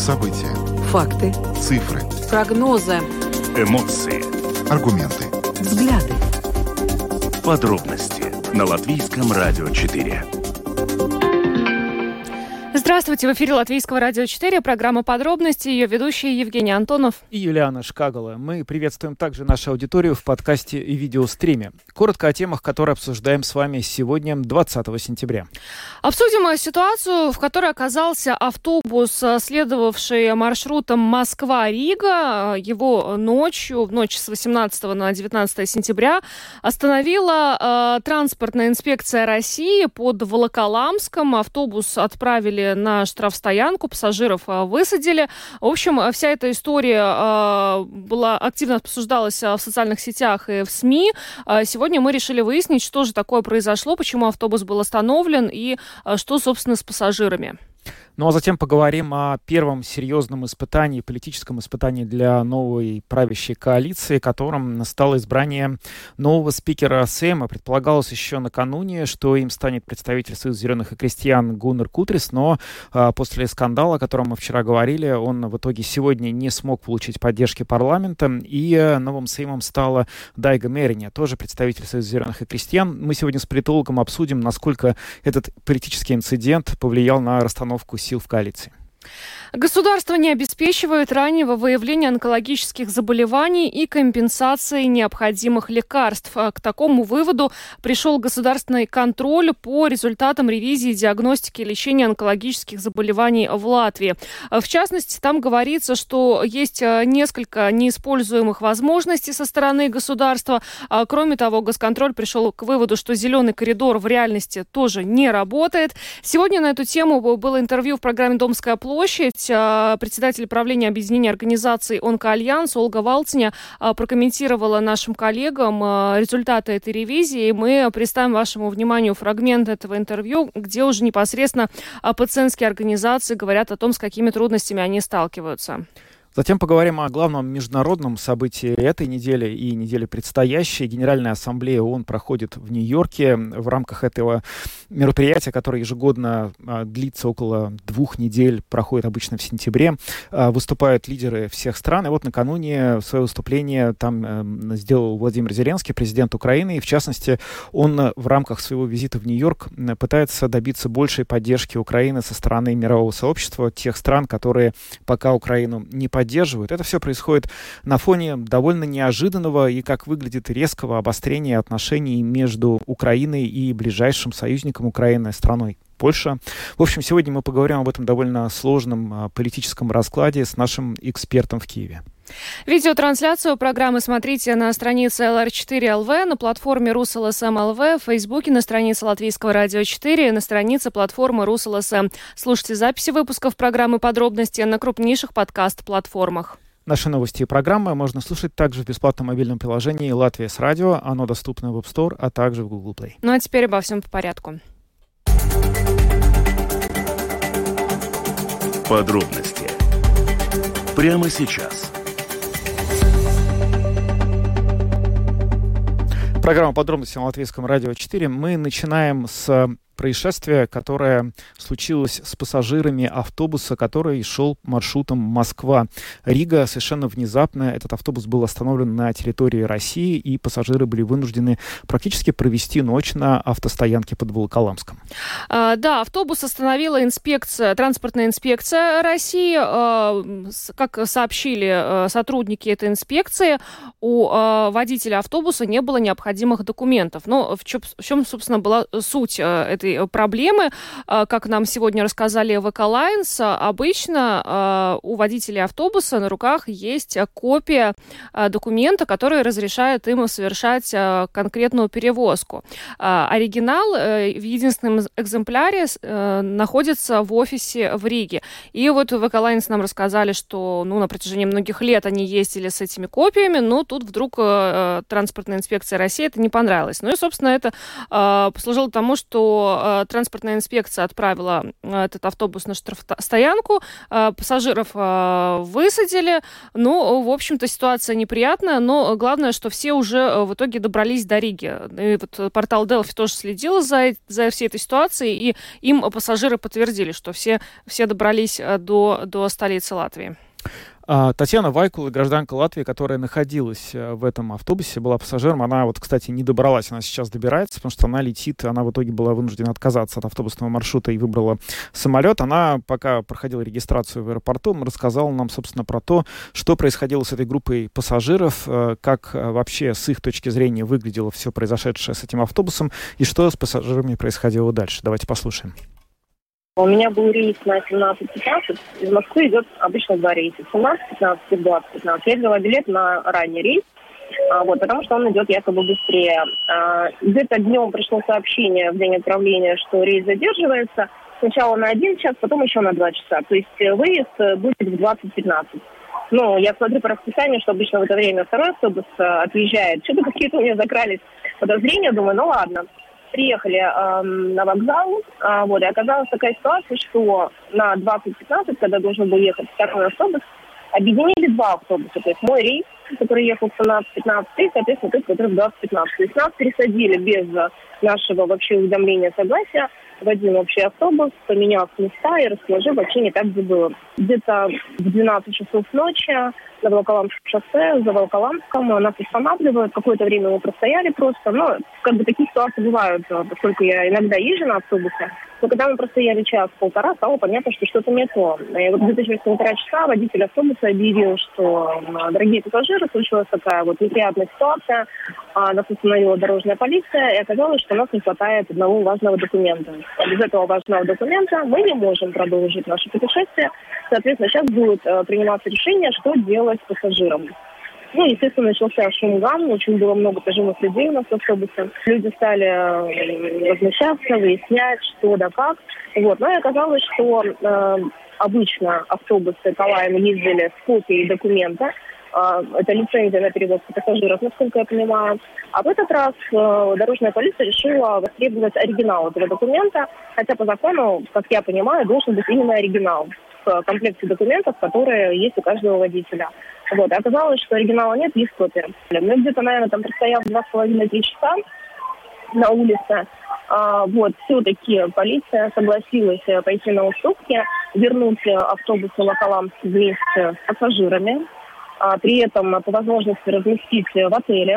События. Факты. Цифры. Прогнозы. Эмоции. Аргументы. Взгляды. Подробности на Латвийском радио 4. Здравствуйте, в эфире Латвийского радио 4, программа «Подробности», ее ведущие Евгений Антонов и Юлиана Шкагала. Мы приветствуем также нашу аудиторию в подкасте и видеостриме. Коротко о темах, которые обсуждаем с вами сегодня, 20 сентября. Обсудим ситуацию, в которой оказался автобус, следовавший маршрутом Москва-Рига. Его в ночь с 18 на 19 сентября, остановила транспортная инспекция России под Волоколамском. Автобус отправили на штрафстоянку, пассажиров высадили. В общем, вся эта история была активно обсуждалась в социальных сетях и в СМИ. Сегодня мы решили выяснить, что же такое произошло, почему автобус был остановлен и что, собственно, с пассажирами. Ну а затем поговорим о первом серьезном испытании, политическом испытании для новой правящей коалиции, которым стало избрание нового спикера Сейма. Предполагалось еще накануне, что им станет представитель Союза зеленых и крестьян Гуннар Кутрис, но после скандала, о котором мы вчера говорили, он в итоге сегодня не смог получить поддержки парламента, и новым Сеймом стала Дайга Мерине, тоже представитель Союза зеленых и крестьян. Мы сегодня с политологом обсудим, насколько этот политический инцидент повлиял на расстановку сил в коалиции. Государство не обеспечивает раннего выявления онкологических заболеваний и компенсации необходимых лекарств. К такому выводу пришел государственный контроль по результатам ревизии диагностики и лечения онкологических заболеваний в Латвии. В частности, там говорится, что есть несколько неиспользуемых возможностей со стороны государства. Кроме того, госконтроль пришел к выводу, что зеленый коридор в реальности тоже не работает. Сегодня на эту тему было интервью в программе «Домская площадь». Председатель правления объединения организаций «Онкоальянс» Ольга Валциня прокомментировала нашим коллегам результаты этой ревизии. И мы представим вашему вниманию фрагмент этого интервью, где уже непосредственно пациентские организации говорят о том, с какими трудностями они сталкиваются. Затем поговорим о главном международном событии этой недели и недели предстоящей. Генеральная ассамблея ООН проходит в Нью-Йорке. В рамках этого мероприятия, которое ежегодно длится около 2 недель, проходит обычно в сентябре, выступают лидеры всех стран. И вот накануне свое выступление там сделал Владимир Зеленский, президент Украины. И в частности, он в рамках своего визита в Нью-Йорк пытается добиться большей поддержки Украины со стороны мирового сообщества, тех стран, которые пока Украину не поддерживают. Это все происходит на фоне довольно неожиданного и, как выглядит, резкого обострения отношений между Украиной и ближайшим союзником Украины, страной Польша. В общем, сегодня мы поговорим об этом довольно сложном политическом раскладе с нашим экспертом в Киеве. Видеотрансляцию программы смотрите на странице LR4LV, на платформе RusLSM.LV, в Фейсбуке, на странице Латвийского радио 4 и на странице платформы RusLSM. Слушайте записи выпусков программы «Подробности» на крупнейших подкаст-платформах. Наши новости и программы можно слушать также в бесплатном мобильном приложении «Латвия с радио». Оно доступно в App Store, а также в Google Play. Ну а теперь обо всем по порядку. Подробности прямо сейчас. Программа «Подробности» на Латвийском радио 4. Мы начинаем с происшествие, которое случилось с пассажирами автобуса, который шел маршрутом Москва-Рига. Совершенно внезапно этот автобус был остановлен на территории России, и пассажиры были вынуждены практически провести ночь на автостоянке под Волоколамском. Да, автобус остановила транспортная инспекция России. Как сообщили сотрудники этой инспекции, у водителя автобуса не было необходимых документов. Но в чем, собственно, была суть этой проблемы? Как нам сегодня рассказали в Эколайнс, обычно у водителей автобуса на руках есть копия документа, который разрешает им совершать конкретную перевозку. Оригинал в единственном экземпляре находится в офисе в Риге. И вот в Эколайнс нам рассказали, что на протяжении многих лет они ездили с этими копиями, но тут вдруг транспортная инспекция России это не понравилось. Ну и, собственно, это послужило тому, что что транспортная инспекция отправила этот автобус на штрафстоянку, пассажиров высадили. Ну, в общем-то, ситуация неприятная, но главное, что все уже в итоге добрались до Риги. И вот портал Delphi тоже следил за всей этой ситуацией, и им пассажиры подтвердили, что все добрались до столицы Латвии. Татьяна Вайкула, гражданка Латвии, которая находилась в этом автобусе, была пассажиром. Она вот, кстати, не добралась, она сейчас добирается, потому что она летит, она в итоге была вынуждена отказаться от автобусного маршрута и выбрала самолет. Она, пока проходила регистрацию в аэропорту, рассказала нам, собственно, про то, что происходило с этой группой пассажиров, как вообще с их точки зрения выглядело все произошедшее с этим автобусом и что с пассажирами происходило дальше. Давайте послушаем. У меня был рейс на 17:15. Из Москвы идет обычно два рейса. 17:15 и 20:15. Я взяла билет на ранний рейс, потому что он идет якобы быстрее. Где-то днем пришло сообщение в день отправления, что рейс задерживается. Сначала на 1 час, потом еще на 2 часа. То есть выезд будет в 20:15. Ну, я смотрю по расписанию, что обычно в это время второй автобус отъезжает. Что-то какие-то у меня закрались подозрения. Думаю, ну ладно. Приехали на вокзал, и оказалась такая ситуация, что на 20:15, когда должен был ехать второй автобус, объединили два автобуса. То есть мой рейс, который ехал в 17:15, и, соответственно, тот, который в 20:15. То есть нас пересадили без нашего вообще уведомления, согласия в один общий автобус, поменяв места и расположив вообще не так, где было. Где-то в 12 часов ночи на Волоколамском шоссе, за Волоколамском нас останавливают. Какое-то время мы простояли просто. Но такие ситуации бывают, поскольку я иногда езжу на автобусе. Но когда мы простояли час-полтора, стало понятно, что что-то не то. И вот где-то через 1,5 часа водитель автобуса объявил, что, дорогие пассажиры, случилась такая вот неприятная ситуация. Нас остановила дорожная полиция, и оказалось, что у нас не хватает одного важного документа. Без этого важного документа мы не можем продолжить наше путешествие. Соответственно, сейчас будет приниматься решение, что делать с пассажиром. Ну, естественно, начался шум-гам, очень было много пожилых людей у нас в автобусе. Люди стали возмущаться, выяснять, что да как. Но и оказалось, что обычно автобусы Калайна ездили с копией документа. Это лицензия на перевозку пассажиров, насколько я понимаю. А в этот раз дорожная полиция решила востребовать оригинал этого документа, хотя по закону, как я понимаю, должен быть именно оригинал в комплекте документов, которые есть у каждого водителя. Оказалось, что оригинала нет, есть копия. Мы где-то, наверное, там простояли 2,5-3 часа на улице. Все-таки полиция согласилась пойти на уступки, вернуть автобус Волоколамск вместе с пассажирами, при этом по возможности разместить в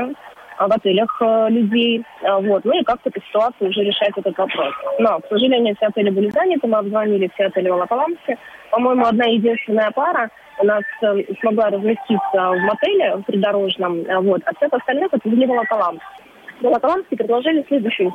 отелях людей. И как-то по ситуации уже решать этот вопрос. Но, к сожалению, все отели были заняты, мы обзвонили все отели в Волоколамске. По-моему, одна единственная пара у нас смогла разместиться в мотеле придорожном, а всех остальных отвезли в Волоколамск. В Волоколамске предложили следующие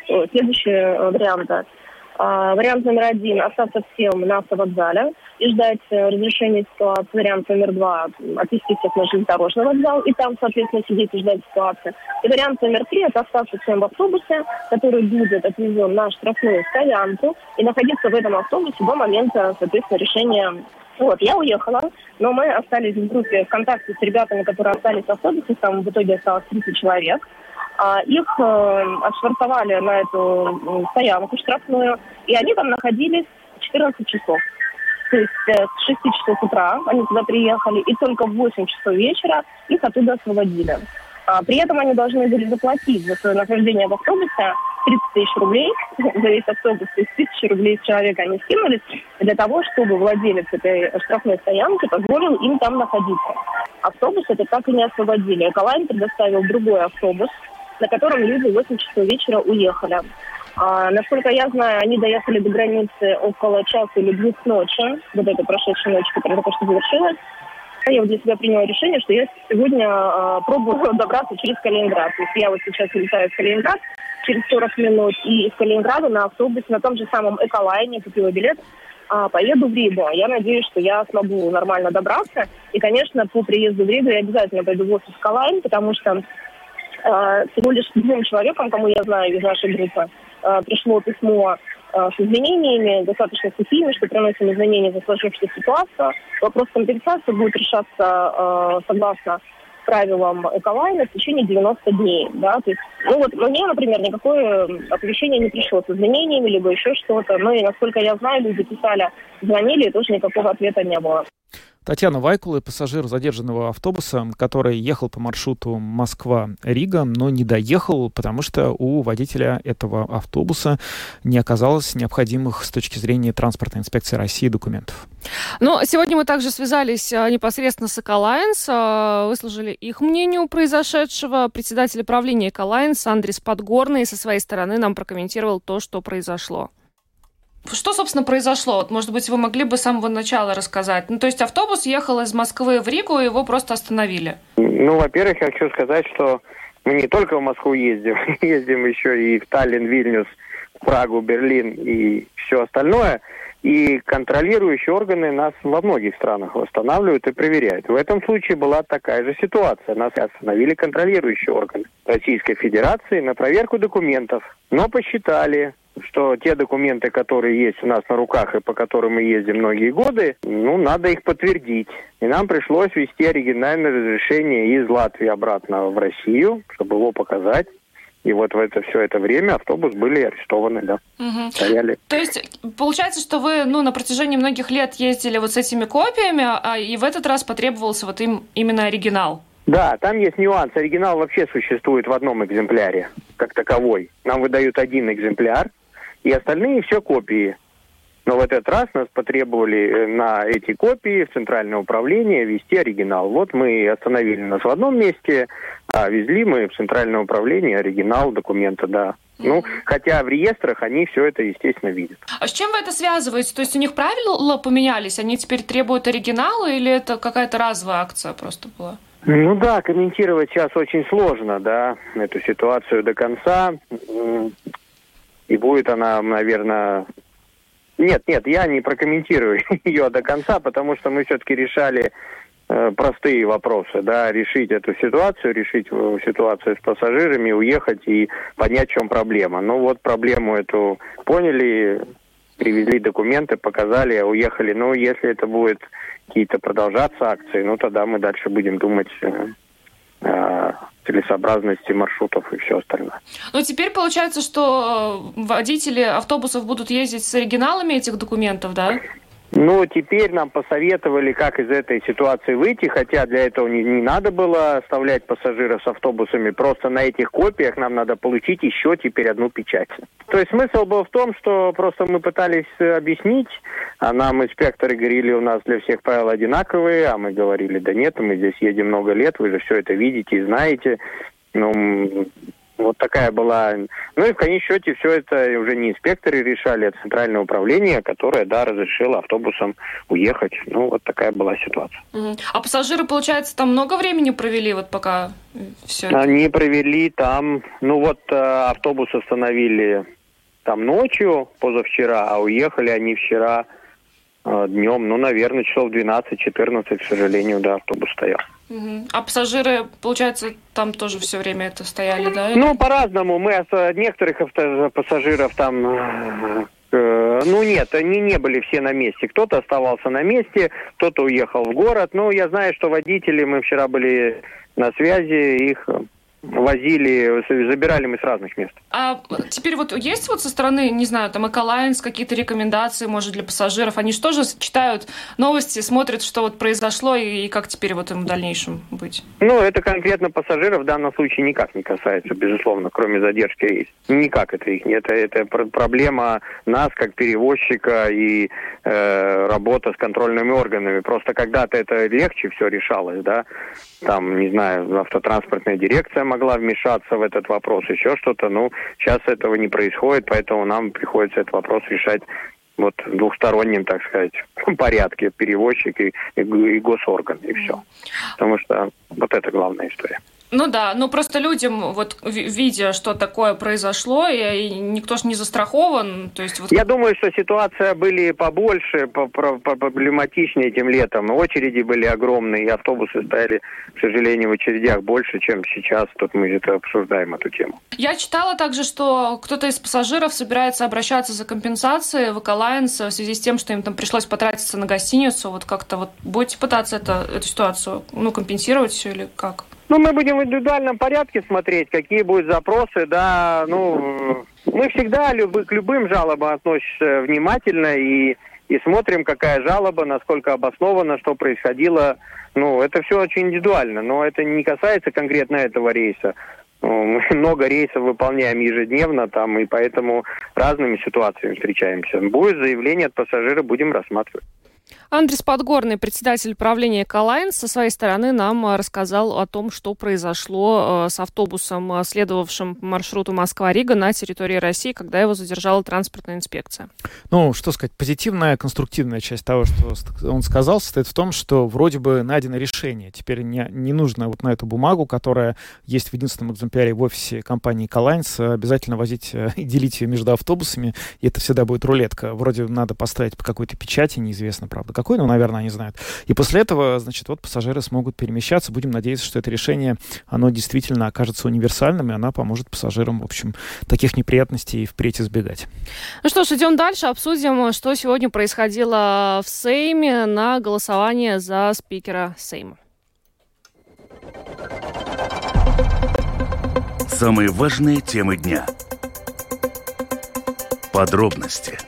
варианты. Вариант номер 1 – остаться всем на автовокзале и ждать разрешения ситуации. Вариант номер 2 – отвезти всех на железнодорожный вокзал и там, соответственно, сидеть и ждать ситуации. И вариант номер 3 – это остаться всем в автобусе, который будет отвезен на штрафную стоянку и находиться в этом автобусе до момента, соответственно, решения. Я уехала, но мы остались в группе ВКонтакте с ребятами, которые остались в автобусе, там в итоге осталось 30 человек. Их отшвартовали на эту стоянку штрафную, и они там находились 14 часов. То есть с 6 часов утра они туда приехали, и только в 8 часов вечера их оттуда освободили. При этом они должны были заплатить за свое нахождение в автобусе 30 тысяч рублей за весь автобус. То есть 1000 рублей с человека они скинулись для того, чтобы владелец этой штрафной стоянки позволил им там находиться. Автобус это так и не освободили. Эколайн предоставил другой автобус, на котором люди в 8 часов вечера уехали. Насколько я знаю, они доехали до границы около часа или 2 ночи, вот этой прошедшей ночи, которая только что завершилась. Я для себя приняла решение, что я сегодня пробую добраться через Калининград. То есть я сейчас улетаю в Калининград через 40 минут, и из Калининграда на автобусе, на том же самом Эколайне, купила билет, поеду в Ригу. Я надеюсь, что я смогу нормально добраться. И, конечно, по приезду в Ригу я обязательно пойду в офис Эколайн, потому что всего лишь 2 человекам, кому я знаю из нашей группы, пришло письмо с извинениями, достаточно сухими, что приносим извинения за сложившуюся ситуацию. Вопрос компенсации будет решаться согласно правилам Эколайна в течение 90 дней, да, то есть, ну вот мне, например, никакое оповещение не пришло с изменениями, либо еще что-то, ну и, насколько я знаю, люди писали, звонили, и тоже никакого ответа не было. Татьяна Вайкула, пассажир задержанного автобуса, который ехал по маршруту Москва-Рига, но не доехал, потому что у водителя этого автобуса не оказалось необходимых с точки зрения транспортной инспекции России документов. Но сегодня мы также связались непосредственно с Эколайнс, выслушали их мнение у произошедшего. Председатель правления Эколайнс Андрис Подгорный со своей стороны нам прокомментировал то, что произошло. Что, собственно, произошло? Вот, может быть, вы могли бы с самого начала рассказать? Ну, то есть автобус ехал из Москвы в Ригу, и его просто остановили. Ну, во-первых, я хочу сказать, что мы не только в Москву ездим, ездим еще и в Таллин, Вильнюс, Прагу, Берлин и все остальное. И контролирующие органы нас во многих странах восстанавливают и проверяют. В этом случае была такая же ситуация. Нас остановили контролирующие органы Российской Федерации на проверку документов. Но посчитали, что те документы, которые есть у нас на руках и по которым мы ездим многие годы, ну, надо их подтвердить. И нам пришлось везти оригинальное разрешение из Латвии обратно в Россию, чтобы его показать. И вот в все это время автобус были арестованы, да, стояли. То есть получается, что вы, на протяжении многих лет ездили вот с этими копиями, и в этот раз потребовался вот им именно оригинал? Да, там есть нюанс. Оригинал вообще существует в одном экземпляре, как таковой. Нам выдают один экземпляр, и остальные все копии. Но в этот раз нас потребовали на эти копии в Центральное управление везти оригинал. Вот мы остановили нас в одном месте, а везли мы в Центральное управление оригинал документа, да. Ну, хотя в реестрах они все это, естественно, видят. А с чем вы это связываете? То есть у них правила поменялись? Они теперь требуют оригинала или это какая-то разовая акция просто была? Ну да, комментировать сейчас очень сложно, да, эту ситуацию до конца. И будет она, наверное... Нет, я не прокомментирую ее до конца, потому что мы все-таки решали простые вопросы, да, решить эту ситуацию, решить ситуацию с пассажирами, уехать и понять, в чем проблема. Ну вот проблему эту поняли, привезли документы, показали, уехали. Ну, если это будет какие-то продолжаться акции, ну тогда мы дальше будем думать о целесообразности маршрутов и все остальное. Но теперь получается, что водители автобусов будут ездить с оригиналами этих документов, да? Ну, теперь нам посоветовали, как из этой ситуации выйти, хотя для этого не надо было оставлять пассажиров с автобусами, просто на этих копиях нам надо получить еще теперь одну печать. То есть смысл был в том, что просто мы пытались объяснить, а нам инспекторы говорили, у нас для всех правила одинаковые, а мы говорили, да нет, мы здесь едем много лет, вы же все это видите и знаете. Ну, вот такая была... Ну и в конечном счете все это уже не инспекторы решали, а Центральное управление, которое, да, разрешило автобусам уехать. Ну, вот такая была ситуация. А пассажиры, получается, там много времени провели, вот пока все это? Они провели там... Ну вот автобус остановили там ночью, позавчера, а уехали они вчера днем, ну, наверное, часов 12-14, к сожалению, да, автобус стоял. А пассажиры, получается, там тоже все время это стояли, да? Ну, по-разному. Мы от некоторых пассажиров там... Ну, нет, они не были все на месте. Кто-то оставался на месте, кто-то уехал в город. Ну, я знаю, что водители, мы вчера были на связи, их... возили, забирали мы с разных мест. А теперь вот есть вот со стороны, не знаю, там Эколайнс какие-то рекомендации, может, для пассажиров? Они же тоже читают новости, смотрят, что вот произошло и как теперь вот им в дальнейшем быть? Ну, это конкретно пассажиров в данном случае никак не касается, безусловно, кроме задержки рейса. Никак это их нет. Это проблема нас, как перевозчика, и работа с контрольными органами. Просто когда-то это легче все решалось, да. Там, не знаю, автотранспортная дирекция могла вмешаться в этот вопрос, еще что-то. Ну, сейчас этого не происходит, поэтому нам приходится этот вопрос решать вот в двухстороннем, так сказать, порядке. Перевозчик и госорган, и все. Потому что вот это главная история. Ну да, но просто людям, вот видя, что такое произошло, и никто ж не застрахован, то есть... Вот... Я думаю, что ситуация были побольше, проблематичнее этим летом. Очереди были огромные, и автобусы стояли, к сожалению, в очередях больше, чем сейчас. Тут мы это обсуждаем, эту тему. Я читала также, что кто-то из пассажиров собирается обращаться за компенсацией в Эколайнс в связи с тем, что им там пришлось потратиться на гостиницу. Вот как-то вот будете пытаться эту ситуацию, компенсировать все или как? Ну, мы будем в индивидуальном порядке смотреть, какие будут запросы, да, мы всегда к любым жалобам относимся внимательно и смотрим, какая жалоба, насколько обоснована, что происходило. Это все очень индивидуально, но это не касается конкретно этого рейса. Мы много рейсов выполняем ежедневно, и поэтому разными ситуациями встречаемся. Будет заявление от пассажира, будем рассматривать. Андрис Подгорный, председатель правления Эколайнс, со своей стороны нам рассказал о том, что произошло с автобусом, следовавшим по маршруту Москва-Рига на территории России, когда его задержала транспортная инспекция. Что сказать, позитивная, конструктивная часть того, что он сказал, состоит в том, что вроде бы найдено решение. Теперь не нужно на эту бумагу, которая есть в единственном экземпляре в офисе компании Эколайнс, обязательно возить и делить ее между автобусами, и это всегда будет рулетка. Вроде надо поставить по какой-то печати, неизвестно, правда, какой, наверное, они знают. И после этого, пассажиры смогут перемещаться. Будем надеяться, что это решение, оно действительно окажется универсальным, и оно поможет пассажирам, в общем, таких неприятностей впредь избегать. Что ж, идем дальше, обсудим, что сегодня происходило в Сейме на голосование за спикера Сейма. Самые важные темы дня. Подробности.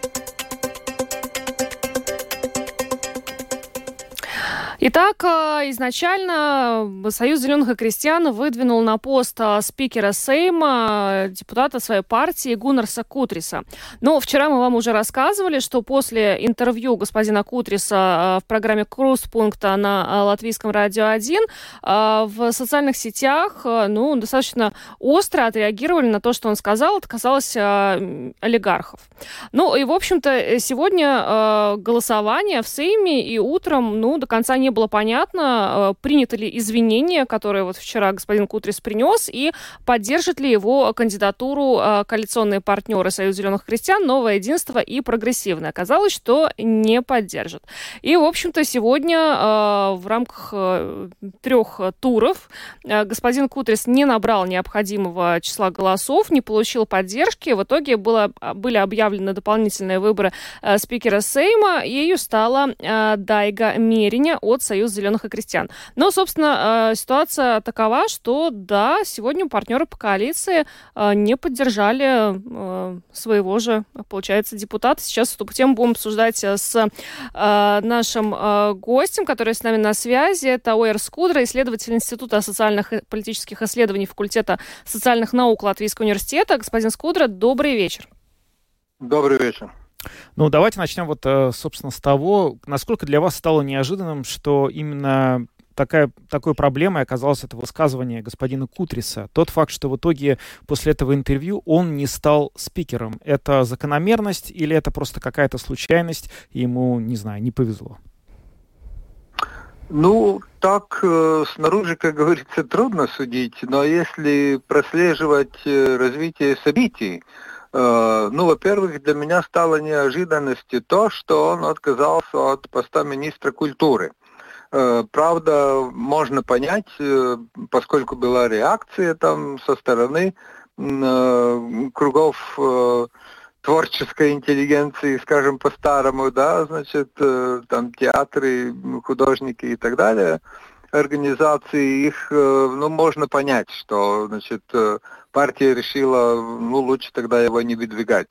Итак, изначально Союз зеленых и крестьян выдвинул на пост спикера Сейма депутата своей партии Гуннарса Кутриса. Но вчера мы вам уже рассказывали, что после интервью господина Кутриса в программе «Крустпункта» на Латвийском радио 1 в социальных сетях достаточно остро отреагировали на то, что он сказал. Это касалось олигархов. И, в общем-то, сегодня голосование в Сейме, и утром, до конца не было понятно, приняты ли извинения, которые вчера господин Кутрис принес, и поддержат ли его кандидатуру коалиционные партнеры Союз зеленых крестьян, Новое единство и Прогрессивное. Оказалось, что не поддержат. И, в общем-то, сегодня в рамках 3 туров господин Кутрис не набрал необходимого числа голосов, не получил поддержки. В итоге были объявлены дополнительные выборы спикера Сейма, и ею стала Дайга Мериня от Союза зеленых и крестьян. Но, собственно, ситуация такова, что, да, сегодня партнеры по коалиции не поддержали своего же, получается, депутата. Сейчас эту тему будем обсуждать с нашим гостем, который с нами на связи. Это Оир Скудра, исследователь Института социальных и политических исследований факультета социальных наук Латвийского университета. Господин Скудра, добрый вечер. Добрый вечер. Давайте начнем собственно, с того, насколько для вас стало неожиданным, что именно такой проблемой оказалось это высказывание господина Кутриса. Тот факт, что в итоге после этого интервью он не стал спикером. Это закономерность или это просто какая-то случайность, и ему, не повезло? Так снаружи, как говорится, трудно судить, но если прослеживать развитие событий, во-первых, для меня стало неожиданностью то, что он отказался от поста министра культуры. Правда, можно понять, поскольку была реакция со стороны кругов творческой интеллигенции, скажем по-старому, театры, художники и так далее, организации, их, можно понять, что, партия решила, лучше тогда его не выдвигать.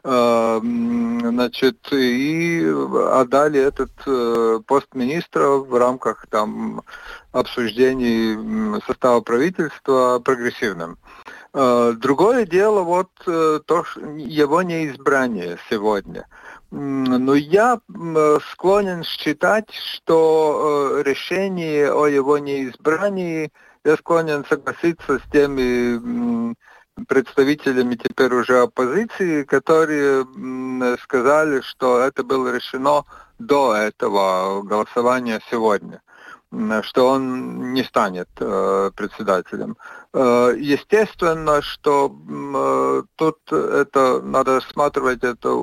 И отдали этот пост министра в рамках обсуждений состава правительства прогрессивным. Другое дело, то, его неизбрание сегодня. Но я склонен считать, что решение о его неизбрании, я склонен согласиться с теми представителями теперь уже оппозиции, которые сказали, что это было решено до этого голосования сегодня, что он не станет председателем. Естественно, что тут надо рассматривать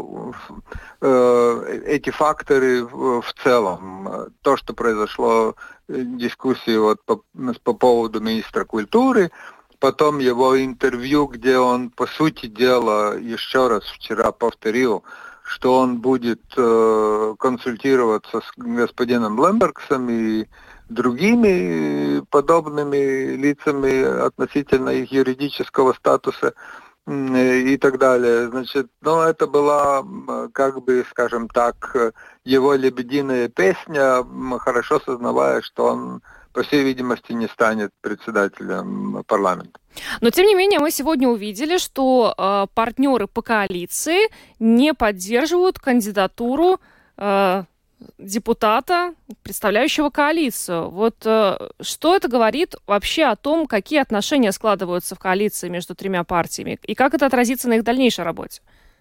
эти факторы в целом. То, что произошло, дискуссии по поводу министра культуры, потом его интервью, где он, по сути дела, еще раз вчера повторил, что он будет консультироваться с господином Лембергсом и другими подобными лицами относительно их юридического статуса и так далее. Значит, это была, как бы, скажем так, его лебединая песня, хорошо сознавая, что он, по всей видимости, не станет председателем парламента. Но, тем не менее, мы сегодня увидели, что партнеры по коалиции не поддерживают кандидатуру депутата, представляющего коалицию. Вот что это говорит вообще о том, какие отношения складываются в коалиции между тремя партиями, и как это отразится на их дальнейшей работе?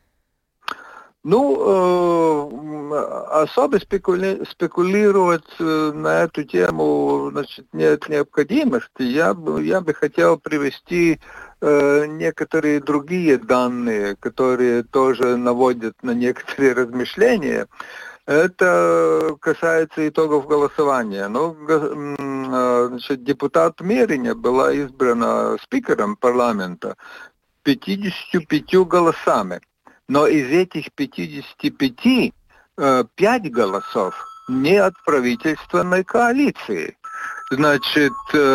Особо спекулировать на эту тему, значит, нет необходимости. Я бы хотел привести некоторые другие данные, которые тоже наводят на некоторые размышления. Это касается итогов голосования. Значит, депутат Мериня была избрана спикером парламента 55 голосами. Но из этих 55 5 голосов не от правительственной коалиции. Значит,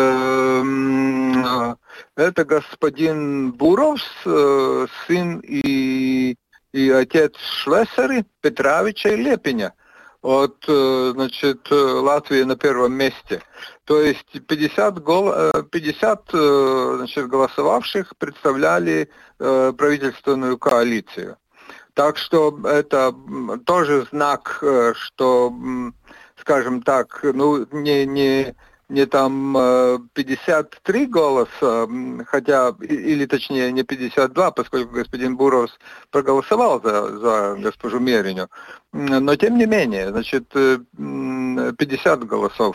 это господин Буровс, сын и отец Шлессери, Петровича и Лепиня. Значит, Латвия на первом месте. То есть 50 значит, голосовавших представляли правительственную коалицию. Так что это тоже знак, что, скажем так, не там 53 голоса, хотя, или точнее не 52, поскольку господин Буровс проголосовал за госпожу Мериню, но тем не менее, значит, 50 голосов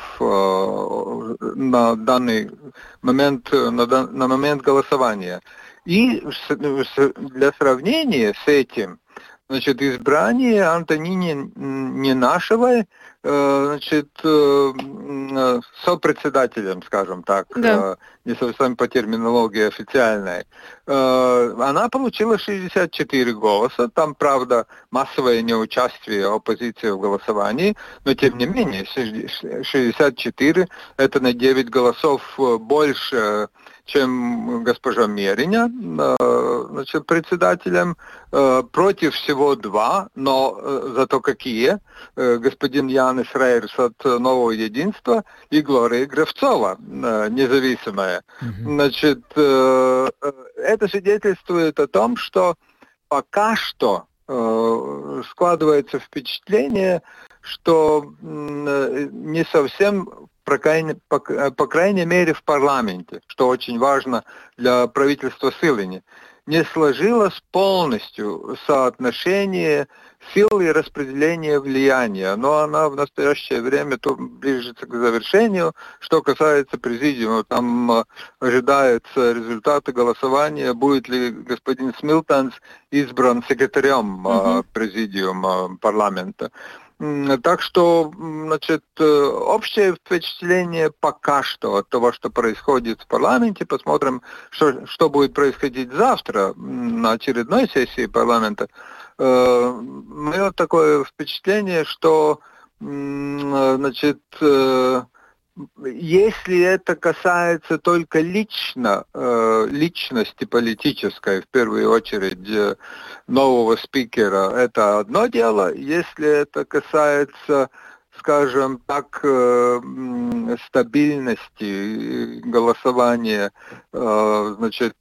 на данный момент, на момент голосования. И для сравнения с этим, значит, избрание Антонини Ненашевой, значит, сопредседателем, скажем так, да. Не совсем по терминологии официальной, она получила 64 голоса. Там, правда, массовое неучастие оппозиции в голосовании, но, тем не менее, 64 – это на 9 голосов больше, чем госпожа Мериня, значит, председателем, против всего 2, но зато какие? Господин Янис Рейерс от Нового Единства и Глория Гревцова, независимая. Значит, это свидетельствует о том, что пока что складывается впечатление, что не совсем, по крайней мере, в парламенте, что очень важно для правительства Силини, не сложилось полностью соотношение сил и распределения влияния. Но она в настоящее время ближется к завершению. Что касается президиума, там ожидаются результаты голосования, будет ли господин Смилтанс избран секретарем президиума парламента. Так что, значит, общее впечатление пока что от того, что происходит в парламенте. Посмотрим, что будет происходить завтра на очередной сессии парламента. Мое такое впечатление, что, значит, если это касается только личности политической, в первую очередь нового спикера, это одно дело. Если это касается, скажем так, стабильности голосования, значит,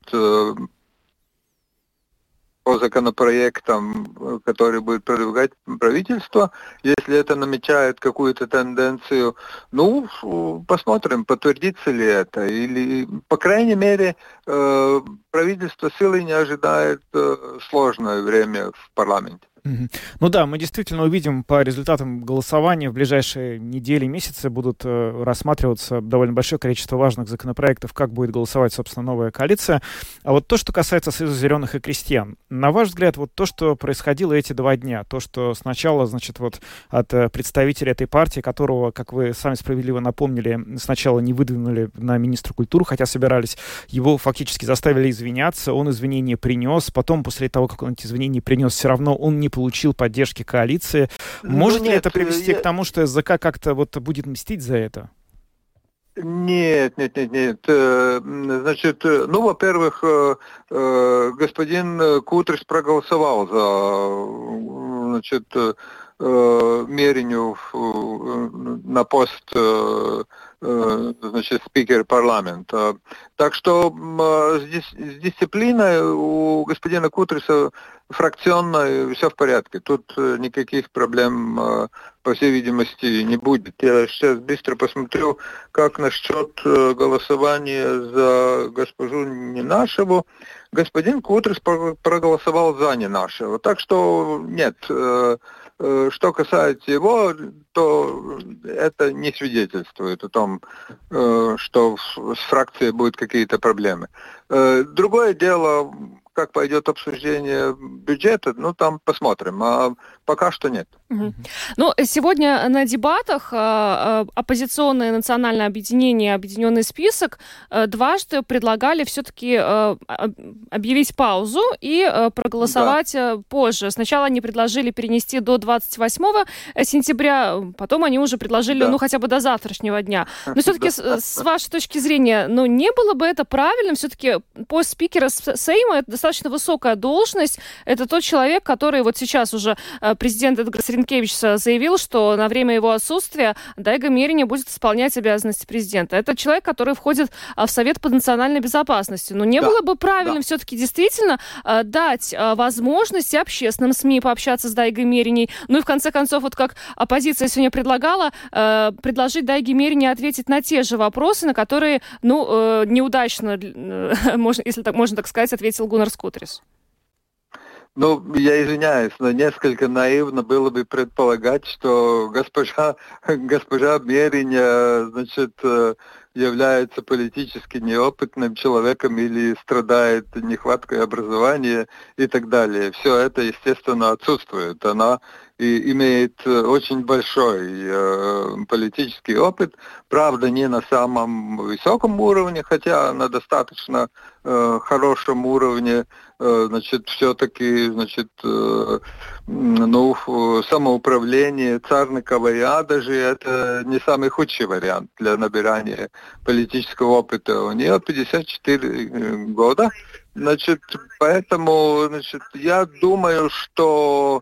по законопроектам, которые будет продвигать правительство, если это намечает какую-то тенденцию, посмотрим, подтвердится ли это. Или, по крайней мере, правительство силы не ожидает сложное время в парламенте. Ну да, мы действительно увидим по результатам голосования в ближайшие недели, месяцы будут рассматриваться довольно большое количество важных законопроектов, как будет голосовать, собственно, новая коалиция. А вот то, что касается Союза зеленых и крестьян, на ваш взгляд, вот то, что происходило эти 2 дня, то, что сначала, значит, вот от представителя этой партии, которого, как вы сами справедливо напомнили, сначала не выдвинули на министра культуры, хотя собирались, его фактически заставили извиняться, он извинения принес, потом, после того, как он эти извинения принес, все равно он не получил поддержки коалиции. Может ли это привести к тому, что СЗК как-то вот будет мстить за это? Нет. Значит, ну, во-первых, господин Кутрис проголосовал за, значит, Мериню на пост, значит, спикера парламента. Так что с дисциплиной у господина Кутриса фракционно все в порядке. Тут никаких проблем, по всей видимости, не будет. Я сейчас быстро посмотрю, как насчет голосования за госпожу Ненашеву. Господин Кутрис проголосовал за Ненашеву. Так что нет. Что касается его, то это не свидетельствует о том, что с фракцией будут какие-то проблемы. Другое дело, как пойдет обсуждение бюджета, ну, там посмотрим. А пока что нет. Ну, сегодня на дебатах оппозиционное национальное объединение «Объединенный список» дважды предлагали все-таки объявить паузу и проголосовать позже. Сначала они предложили перенести до 28 сентября, потом они уже предложили, ну, хотя бы до завтрашнего дня. Но все-таки с вашей точки зрения, ну, не было бы это правильным? Все-таки пост спикера Сейма — это достаточно высокая должность. Это тот человек, который вот сейчас уже президент Эдгарс Ринкевичс заявил, что на время его отсутствия Дайга Мериня будет исполнять обязанности президента. Это человек, который входит в Совет по национальной безопасности. Но не было бы правильным все-таки действительно дать возможность общественным СМИ пообщаться с Дайгой Мериней. Ну и в конце концов, вот как оппозиция сегодня предлагала, предложить Дайге Мерине ответить на те же вопросы, на которые, ну, неудачно, если так можно так сказать, ответил Гуннарс Кутрис. Ну, я извиняюсь, но несколько наивно было бы предполагать, что госпожа Мериня, значит, является политически неопытным человеком или страдает нехваткой образования и так далее. Все это, естественно, отсутствует. Она и имеет очень большой политический опыт, правда, не на самом высоком уровне, хотя на достаточно хорошем уровне, значит, все-таки, значит, ну, самоуправление, Царникова и Адажи — это не самый худший вариант для набирания политического опыта. У нее 54 года, значит, поэтому, значит, я думаю, что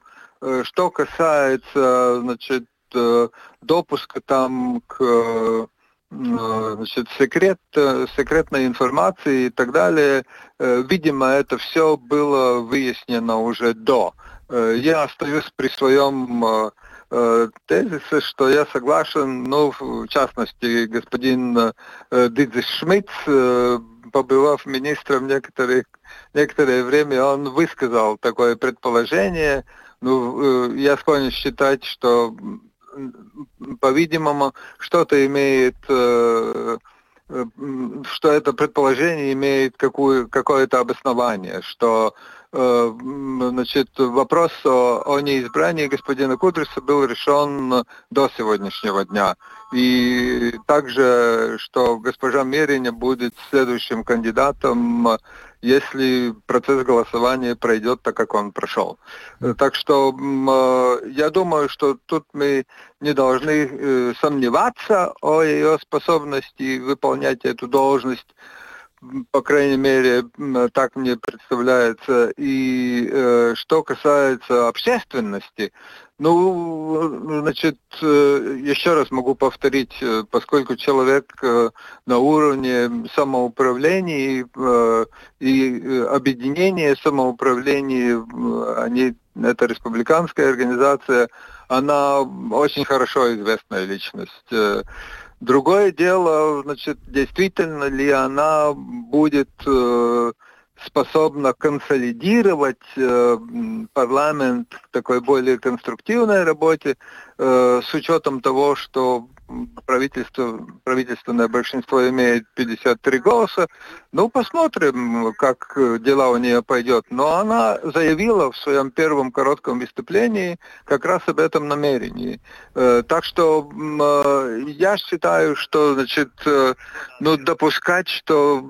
касается, значит, допуска там к, значит, секретной информации и так далее, видимо, это все было выяснено уже до. Я остаюсь при своем тезисе, что я согласен, ну, в частности, господин Дидзис Шмидц, побывав министром некоторое время, он высказал такое предположение. Ну, я склонен считать, что, по-видимому, что-то имеет, что это предположение имеет какое-то обоснование, что, значит, вопрос о неизбрании господина Кутриса был решен до сегодняшнего дня. И также, что госпожа Мериня будет следующим кандидатом, если процесс голосования пройдет так, как он прошел. Так что я думаю, что тут мы не должны сомневаться о ее способности выполнять эту должность. По крайней мере, так мне представляется. И что касается общественности, ну, значит, еще раз могу повторить, поскольку человек на уровне самоуправления и объединения самоуправления, это республиканская организация, она очень хорошо известная личность. Другое дело, значит, действительно ли она будет способна консолидировать парламент в такой более конструктивной работе, с учетом того, что правительственное большинство имеет 53 голоса. Ну, посмотрим, как дела у нее пойдет. Но она заявила в своем первом коротком выступлении как раз об этом намерении. Так что я считаю, что, значит, ну, допускать, что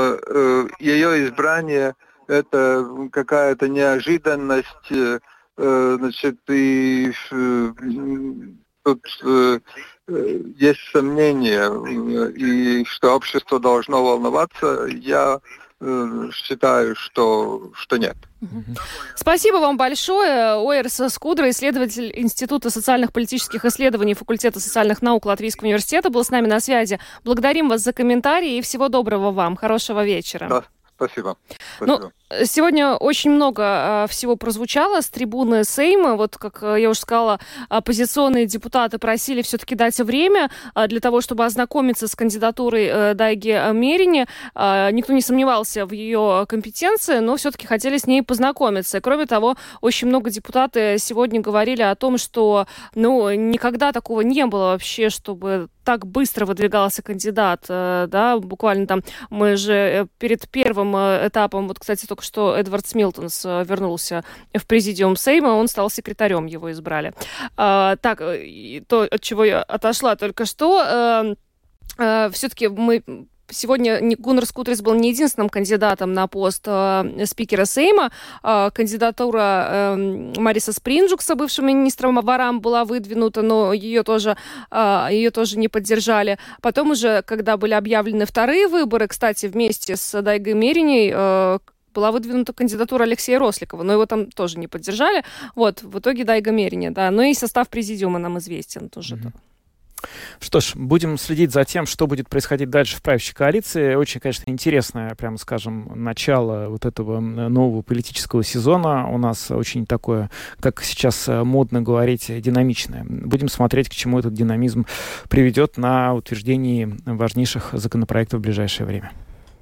ее избрание — это какая-то неожиданность, значит, и тут есть сомнения, и что общество должно волноваться, я считаю, что нет. Спасибо вам большое. Ойерс Скудра, исследователь Института социальных политических исследований Факультета социальных наук Латвийского университета, был с нами на связи. Благодарим вас за комментарии и всего доброго вам. Хорошего вечера. Да. Спасибо. Ну, сегодня очень много всего прозвучало с трибуны Сейма. Вот, как я уже сказала, оппозиционные депутаты просили все-таки дать время для того, чтобы ознакомиться с кандидатурой Дайги Мерини. Никто не сомневался в ее компетенции, но все-таки хотели с ней познакомиться. И, кроме того, очень много депутаты сегодня говорили о том, что никогда такого не было вообще, чтобы так быстро выдвигался кандидат, да, буквально там мы же перед первым этапом, вот, кстати, только что Эдвард Смилтонс вернулся в президиум Сейма, он стал секретарем, его избрали. Так, то, от чего я отошла только что, все-таки мы... Сегодня Гуннар Скутрис был не единственным кандидатом на пост спикера Сейма. Кандидатура Мариса Спринджукса, бывшим министром Варам, была выдвинута, но ее тоже не поддержали. Потом уже, когда были объявлены вторые выборы, кстати, вместе с Дайгой Мериней, была выдвинута кандидатура Алексея Росликова, но его там тоже не поддержали. Вот, в итоге Дайга Мерини, да. Ну и состав президиума нам известен тоже. Что ж, будем следить за тем, что будет происходить дальше в правящей коалиции. Очень, конечно, интересное, прямо скажем, начало вот этого нового политического сезона. У нас очень такое, как сейчас модно говорить, динамичное. Будем смотреть, к чему этот динамизм приведет на утверждении важнейших законопроектов в ближайшее время.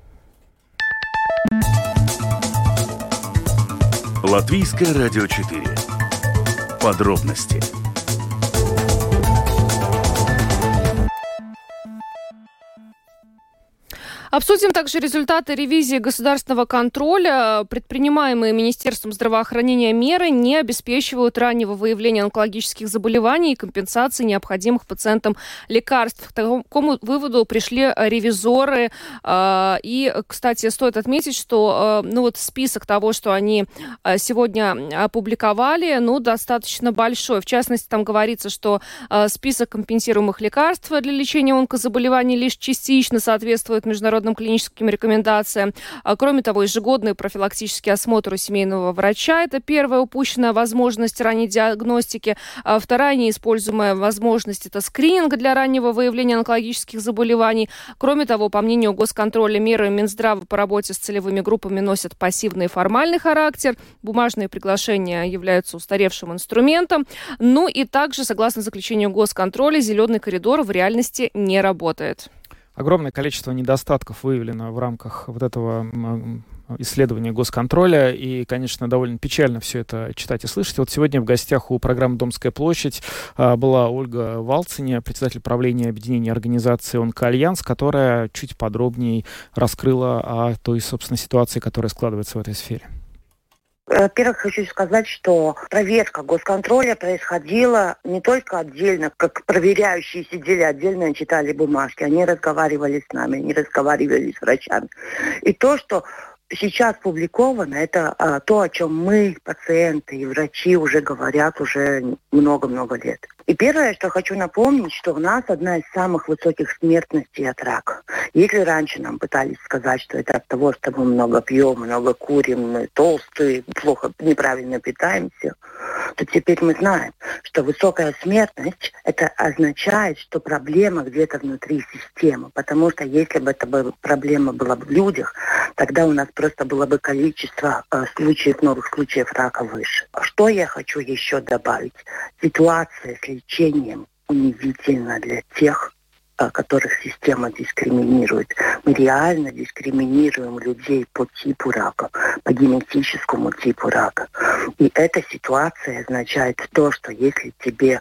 Латвийское радио 4. Подробности. Обсудим также результаты ревизии государственного контроля. Предпринимаемые Министерством здравоохранения меры не обеспечивают раннего выявления онкологических заболеваний и компенсации необходимых пациентам лекарств. К такому выводу пришли ревизоры. И, кстати, стоит отметить, что список того, что они сегодня опубликовали, достаточно большой. В частности, там говорится, что список компенсируемых лекарств для лечения онкозаболеваний лишь частично соответствует международным клиническим рекомендациям. Кроме того, ежегодный профилактический осмотр у семейного врача – это первая упущенная возможность ранней диагностики. Вторая неиспользуемая возможность – это скрининг для раннего выявления онкологических заболеваний. Кроме того, по мнению госконтроля, меры Минздрава по работе с целевыми группами носят пассивный и формальный характер. Бумажные приглашения являются устаревшим инструментом. Ну и также, согласно заключению госконтроля, зеленый коридор в реальности не работает. Огромное количество недостатков выявлено в рамках вот этого исследования госконтроля, и, конечно, довольно печально все это читать и слышать. Вот сегодня в гостях у программы «Домская площадь» была Ольга Валцине, председатель правления объединения организации «Онкоальянс», которая чуть подробнее раскрыла о той, собственно, ситуации, которая складывается в этой сфере. Во-первых, хочу сказать, что проверка госконтроля происходила не только отдельно, как проверяющие сидели отдельно и читали бумажки. Они разговаривали с нами, они разговаривали с врачами. И то, что сейчас публиковано, это то, о чем мы, пациенты и врачи, уже говорят уже много-много лет. И первое, что хочу напомнить, что у нас одна из самых высоких смертностей от рака. Если раньше нам пытались сказать, что это от того, что мы много пьем, много курим, мы толстые, плохо, неправильно питаемся, то теперь мы знаем, что высокая смертность, это означает, что проблема где-то внутри системы. Потому что если бы эта проблема была в людях, тогда у нас просто было бы количество новых случаев рака выше. Что я хочу еще добавить? Ситуация с лечением унизительна для тех, которых система дискриминирует. Мы реально дискриминируем людей по типу рака, по генетическому типу рака. И эта ситуация означает то, что если тебе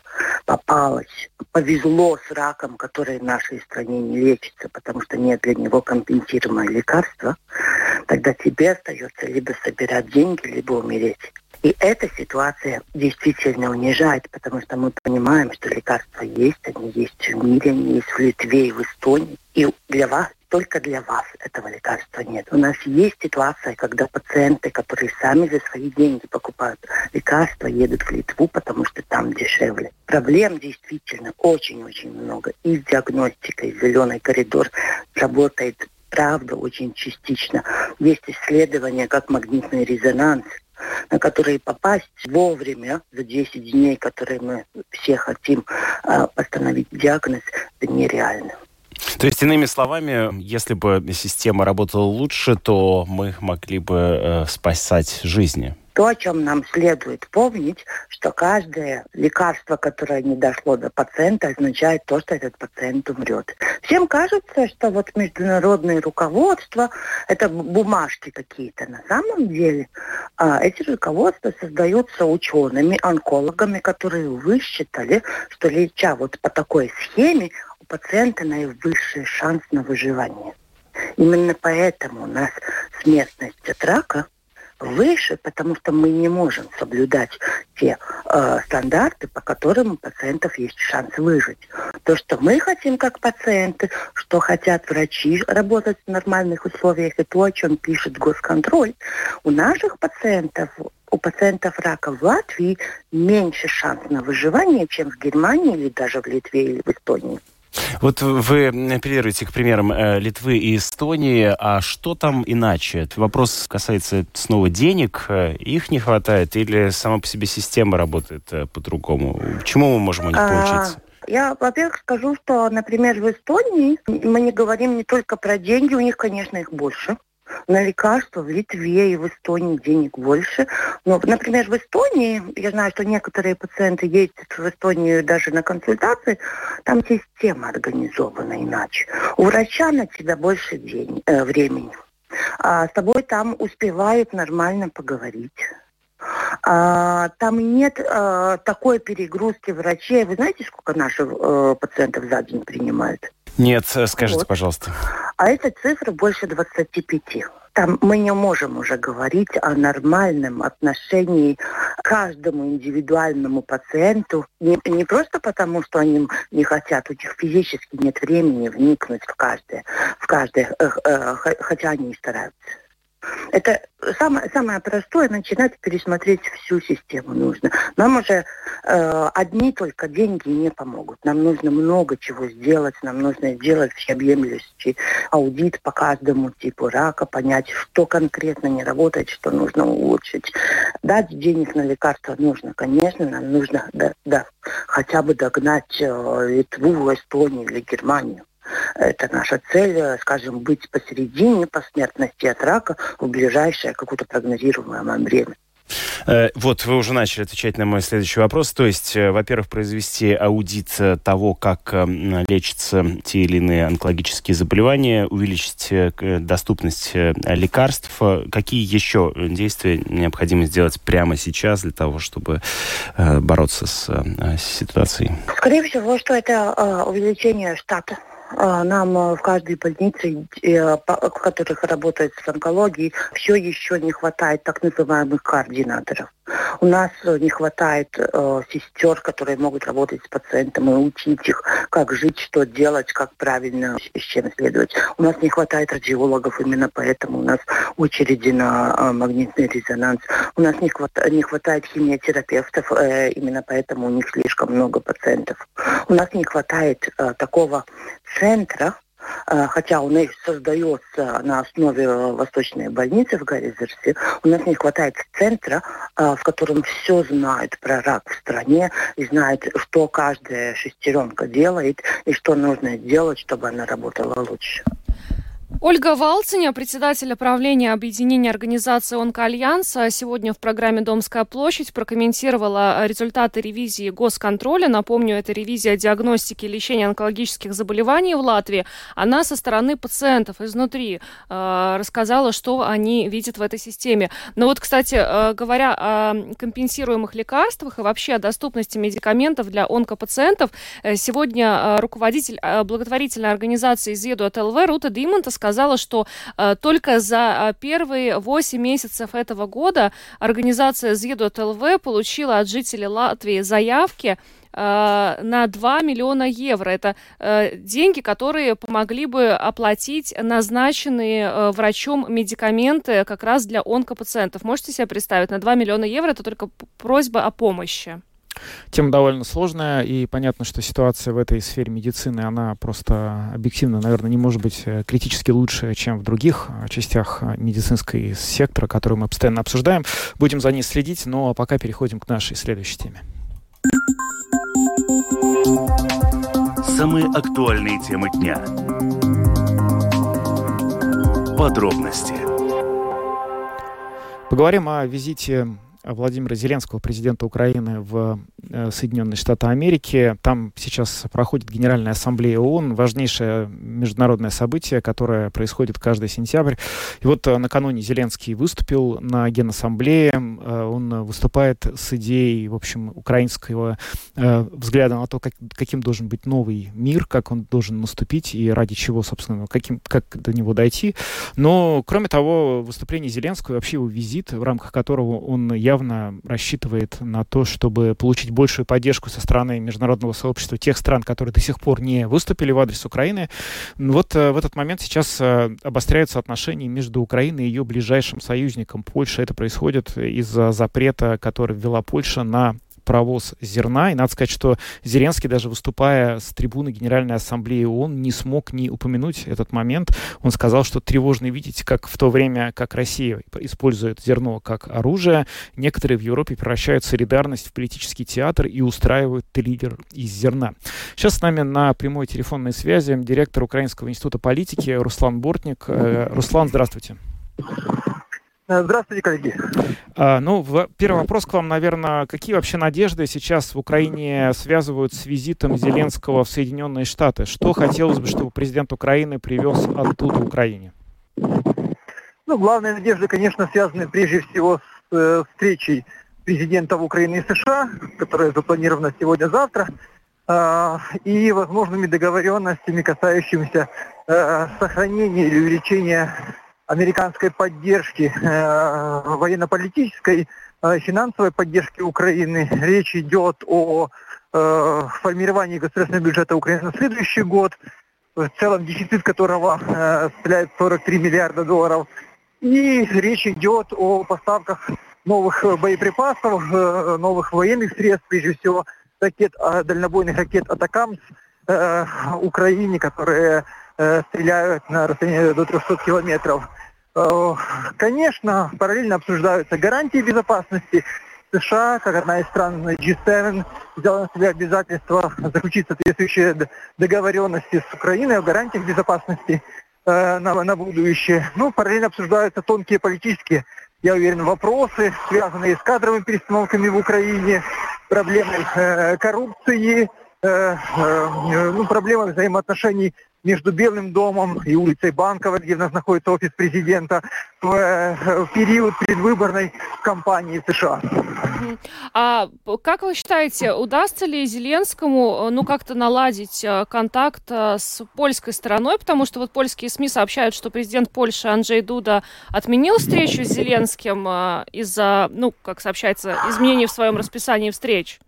повезло с раком, который в нашей стране не лечится, потому что нет для него компенсируемого лекарства, тогда тебе остается либо собирать деньги, либо умереть. И эта ситуация действительно унижает, потому что мы понимаем, что лекарства есть, они есть в мире, они есть в Литве и в Эстонии. И для вас только для вас этого лекарства нет. У нас есть ситуация, когда пациенты, которые сами за свои деньги покупают лекарства, едут в Литву, потому что там дешевле. Проблем действительно очень-очень много. И с диагностикой, зеленый коридор работает, правда, очень частично. Есть исследования, как магнитный резонанс, на которые попасть вовремя, за 10 дней, которые мы все хотим постановить диагноз, это нереально. То есть, иными словами, если бы система работала лучше, то мы могли бы спасать жизни. То, о чем нам следует помнить, что каждое лекарство, которое не дошло до пациента, означает то, что этот пациент умрет. Всем кажется, что вот международное руководство, это бумажки какие-то. На самом деле эти руководства создаются учеными, онкологами, которые высчитали, что леча вот по такой схеме, у пациента наивысший шанс на выживание. Именно поэтому у нас смертность от рака выше, потому что мы не можем соблюдать те стандарты, по которым у пациентов есть шанс выжить. То, что мы хотим как пациенты, что хотят врачи работать в нормальных условиях, и то, о чем пишет госконтроль, у наших пациентов, у пациентов рака в Латвии меньше шанс на выживание, чем в Германии или даже в Литве или в Эстонии. Вот вы апеллируете к примерам Литвы и Эстонии, а что там иначе? Вопрос касается снова денег, их не хватает или сама по себе система работает по-другому? Чему мы можем у них поучиться? Я, во-первых, скажу, что, например, в Эстонии мы не говорим не только про деньги, у них, конечно, их больше. На лекарства в Литве и в Эстонии денег больше. Но, например, в Эстонии, я знаю, что некоторые пациенты ездят в Эстонию даже на консультации, там система организована иначе. У врача на тебя больше времени. А с тобой там успевают нормально поговорить. Там нет такой перегрузки врачей. Вы знаете, сколько наших пациентов за день принимают? Нет, скажите, пожалуйста. А эта цифра больше 25. Там мы не можем уже говорить о нормальном отношении к каждому индивидуальному пациенту. Не просто потому, что они не хотят, у них физически нет времени вникнуть в каждое, хотя они и стараются. Это самое простое, начинать пересмотреть всю систему нужно. Нам уже одни только деньги не помогут. Нам нужно много чего сделать. Нам нужно сделать всеобъемлющий аудит по каждому типу рака, понять, что конкретно не работает, что нужно улучшить. Дать денег на лекарства нужно, конечно, нам нужно хотя бы догнать Литву, Эстонию или Германию. Это наша цель, скажем, быть посередине по смертности от рака в ближайшее какое-то прогнозируемое время. Вот, вы уже начали отвечать на мой следующий вопрос. То есть, во-первых, произвести аудит того, как лечатся те или иные онкологические заболевания, увеличить доступность лекарств. Какие еще действия необходимо сделать прямо сейчас для того, чтобы бороться с ситуацией? Скорее всего, что это увеличение штата. Нам в каждой больнице, в которых работают с онкологией, все еще не хватает так называемых координаторов. У нас не хватает сестер, которые могут работать с пациентом и учить их, как жить, что делать, как правильно, с чем следовать. У нас не хватает радиологов, именно поэтому у нас очереди на магнитный резонанс. У нас не хватает химиотерапевтов, именно поэтому у них слишком много пациентов. У нас не хватает такого центра, хотя он и создается на основе Восточной больницы в Гаризерсе, у нас не хватает центра, в котором все знают про рак в стране и знают, что каждая шестеренка делает и что нужно сделать, чтобы она работала лучше. Ольга Валциня, председатель правления объединения организации «Онкоальянса», сегодня в программе «Домская площадь» прокомментировала результаты ревизии госконтроля. Напомню, это ревизия диагностики и лечения онкологических заболеваний в Латвии. Она со стороны пациентов изнутри рассказала, что они видят в этой системе. Но вот, кстати, говоря о компенсируемых лекарствах и вообще о доступности медикаментов для онкопациентов, сегодня руководитель благотворительной организации «Зиедот ЛВ» Рута Димонта сказала, что только за первые 8 месяцев этого года организация «Зиедот ЛВ» получила от жителей Латвии заявки на 2 миллиона евро. Это деньги, которые помогли бы оплатить назначенные врачом медикаменты как раз для онкопациентов. Можете себе представить, на 2 миллиона евро это только просьба о помощи. Тема довольно сложная, и понятно, что ситуация в этой сфере медицины, она просто объективно, наверное, не может быть критически лучше, чем в других частях медицинской сектора, которую мы постоянно обсуждаем. Будем за ней следить, но пока переходим к нашей следующей теме. Самые актуальные темы дня. Подробности. Поговорим о визите Владимира Зеленского, президента Украины, в Соединенные Штаты Америки. Там сейчас проходит Генеральная Ассамблея ООН, важнейшее международное событие, которое происходит каждый сентябрь. И вот накануне Зеленский выступил на Генассамблее. Он выступает с идеей, в общем, украинского взгляда на то, каким должен быть новый мир, как он должен наступить и ради чего, собственно, как до него дойти. Но, кроме того, выступление Зеленского, вообще его визит, в рамках которого он явно рассчитывает на то, чтобы получить большую поддержку со стороны международного сообщества тех стран, которые до сих пор не выступили в адрес Украины. Вот в этот момент сейчас обостряются отношения между Украиной и ее ближайшим союзником Польшей. Это происходит из-за запрета, который ввела Польша на провоз зерна. И надо сказать, что Зеленский, даже выступая с трибуны Генеральной Ассамблеи ООН, не смог не упомянуть этот момент. Он сказал, что тревожно видеть, как в то время, как Россия использует зерно как оружие, некоторые в Европе превращают солидарность в политический театр и устраивают триллер из зерна. Сейчас с нами на прямой телефонной связи директор Украинского института политики Руслан Бортник. Руслан, здравствуйте. Здравствуйте, коллеги. Первый вопрос к вам, наверное. Какие вообще надежды сейчас в Украине связывают с визитом Зеленского в Соединенные Штаты? Что хотелось бы, чтобы президент Украины привез оттуда Украине? Главные надежды, конечно, связаны прежде всего с встречей президентов Украины и США, которая запланирована сегодня-завтра, и возможными договоренностями, касающимися сохранения или увеличения американской поддержки, военно-политической, финансовой поддержки Украины. Речь идет о формировании государственного бюджета Украины на следующий год, в целом дефицит которого составляет 43 миллиарда долларов. И речь идет о поставках новых боеприпасов, новых военных средств, прежде всего дальнобойных ракет «Атакамс» Украине, которые стреляют на расстоянии до 300 километров. Конечно, параллельно обсуждаются гарантии безопасности. США, как одна из стран G7, взяла на себя обязательство заключить соответствующие договоренности с Украиной о гарантиях безопасности на будущее. Параллельно обсуждаются тонкие политические, я уверен, вопросы, связанные с кадровыми перестановками в Украине, проблемой коррупции, проблемой взаимоотношений между Белым домом и улицей Банковой, где у нас находится офис президента, в период предвыборной кампании в США. А как вы считаете, удастся ли Зеленскому как-то наладить контакт с польской стороной? Потому что вот польские СМИ сообщают, что президент Польши Анджей Дуда отменил встречу с Зеленским из-за, как сообщается, изменений в своем расписании встреч.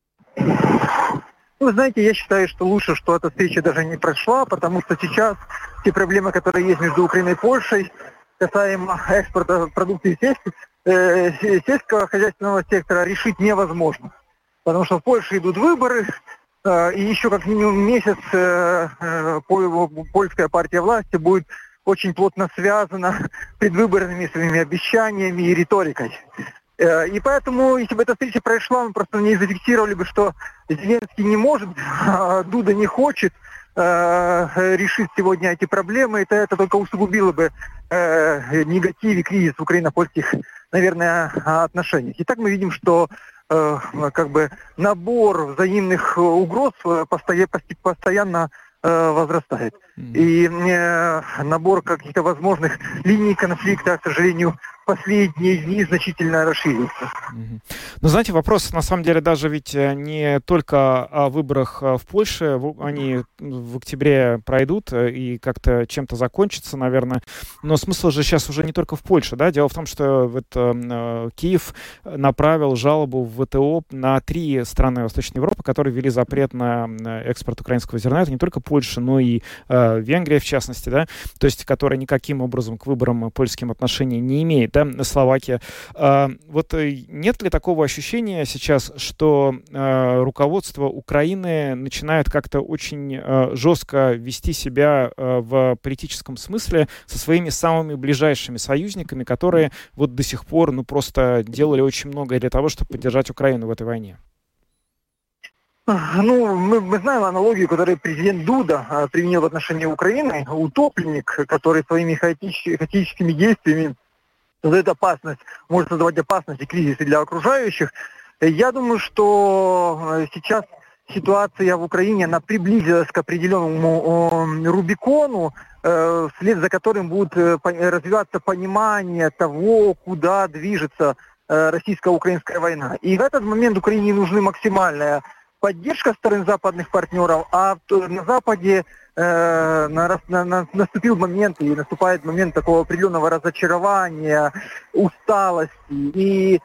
Вы знаете, я считаю, что лучше, что эта встреча даже не прошла, потому что сейчас те проблемы, которые есть между Украиной и Польшей, касаемо экспорта продукции сельского хозяйственного сектора, решить невозможно. Потому что в Польше идут выборы, и еще как минимум месяц польская партия власти будет очень плотно связана предвыборными своими обещаниями и риторикой. И поэтому, если бы эта встреча прошла, мы просто не зафиксировали бы, что Зеленский не может, Дуда не хочет решить сегодня эти проблемы. Это только усугубило бы негатив и кризис в украино-польских, наверное, отношениях. И так мы видим, что набор взаимных угроз постоянно возрастает. И набор каких-то возможных линий конфликта, к сожалению, последние дни значительно расширился. Ну, знаете, вопрос, на самом деле, даже ведь не только о выборах в Польше. Они в октябре пройдут и как-то чем-то закончатся, наверное. Но смысл же сейчас уже не только в Польше, да? Дело в том, что Киев направил жалобу в ВТО на 3 страны Восточной Европы, которые ввели запрет на экспорт украинского зерна. Это не только Польша, но и Венгрия, в частности, да? То есть, которая никаким образом к выборам польским отношений не имеет, да? Словакия. Вот нет ли такого ощущения сейчас, что руководство Украины начинает как-то очень жестко вести себя в политическом смысле со своими самыми ближайшими союзниками, которые вот до сих пор, просто делали очень многое для того, чтобы поддержать Украину в этой войне? Мы знаем аналогию, которую президент Дуда применил в отношении Украины. Утопленник, который своими хаотическими действиями создает опасность, может создавать опасность и кризисы для окружающих. Я думаю, что сейчас ситуация в Украине, она приблизилась к определенному Рубикону, вслед за которым будет развиваться понимание того, куда движется российско-украинская война. И в этот момент Украине нужна максимальная поддержка стороны западных партнеров, а на Западе наступил момент, и наступает момент такого определенного разочарования, усталости. И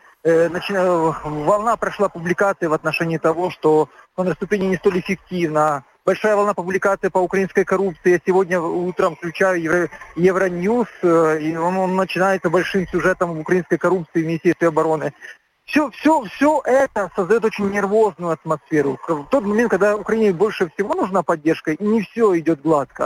волна прошла публикации в отношении того, что контрнаступление не столь эффективно. Большая волна публикаций по украинской коррупции. Я сегодня утром включаю Евроньюз, и он начинается большим сюжетом украинской коррупции в Министерстве обороны. Все это создает очень нервозную атмосферу. В тот момент, когда Украине больше всего нужна поддержка, и не все идет гладко,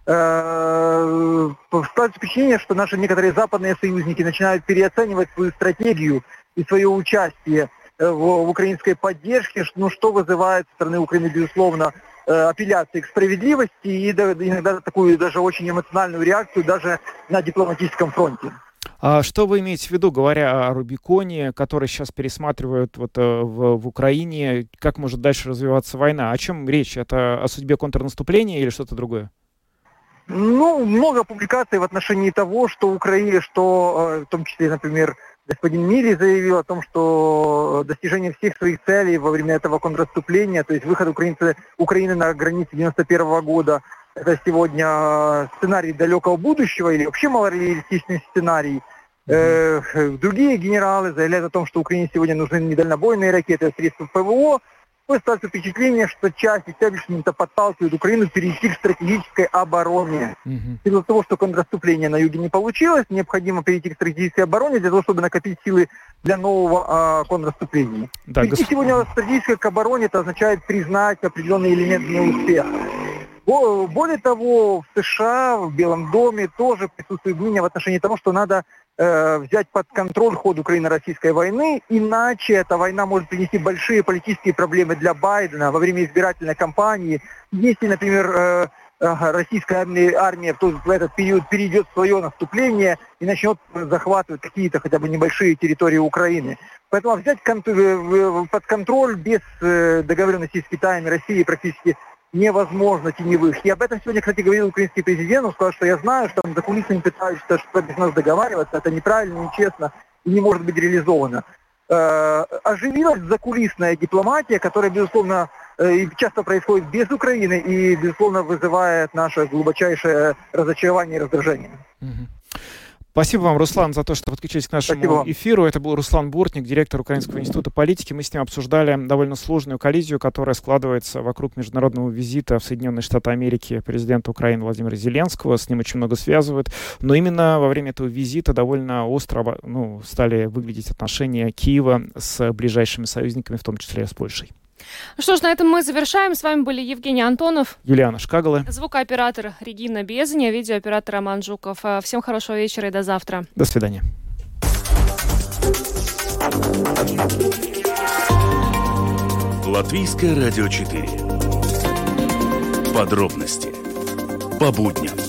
складывается впечатление, что наши некоторые западные союзники начинают переоценивать свою стратегию и свое участие в украинской поддержке, что вызывает со стороны Украины, безусловно, апелляции к справедливости и иногда такую даже очень эмоциональную реакцию даже на дипломатическом фронте. А что вы имеете в виду, говоря о Рубиконе, который сейчас пересматривают в Украине? Как может дальше развиваться война? О чем речь? Это о судьбе контрнаступления или что-то другое? Много публикаций в отношении того, что Украина, в том числе, например, господин Мири заявил о том, что достижение всех своих целей во время этого контрнаступления, то есть выход Украины на границы 1991 года, это сегодня сценарий далекого будущего или вообще малореалистичный сценарий. Другие генералы заявляют о том, что Украине сегодня нужны не дальнобойные ракеты, а средства ПВО. Остается впечатление, что часть истеблишмента подталкивает Украину перейти к стратегической обороне. Из-за того, что контрнаступление на юге не получилось, необходимо перейти к стратегической обороне для того, чтобы накопить силы для нового контрнаступления. Перейти сегодня к стратегической обороне, это означает признать определенный элемент неуспеха. Более того, в США, в Белом доме тоже присутствует мнение в отношении того, что надо взять под контроль ход Украино-российской войны, иначе эта война может принести большие политические проблемы для Байдена во время избирательной кампании. Если, например, российская армия в этот период перейдет в свое наступление и начнет захватывать какие-то хотя бы небольшие территории Украины. Поэтому взять под контроль без договоренности с Китаем и Россией практически невозможно теневых. И об этом сегодня, кстати, говорил украинский президент. Он сказал, что я знаю, что там за кулисами пытаются что без нас договариваться. Это неправильно, нечестно и не может быть реализовано. Оживилась закулисная дипломатия, которая, безусловно, часто происходит без Украины и, безусловно, вызывает наше глубочайшее разочарование и раздражение. Спасибо вам, Руслан, за то, что подключились к нашему эфиру. Это был Руслан Бортник, директор Украинского института политики. Мы с ним обсуждали довольно сложную коллизию, которая складывается вокруг международного визита в Соединенные Штаты Америки президента Украины Владимира Зеленского. С ним очень много связывают. Но именно во время этого визита довольно остро стали выглядеть отношения Киева с ближайшими союзниками, в том числе с Польшей. Что ж, на этом мы завершаем. С вами были Евгений Антонов, Юлиана Шкагала, звукооператор Регина Безня, видеооператор Роман Жуков. Всем хорошего вечера и до завтра. До свидания. Латвийское радио 4. Подробности по будням.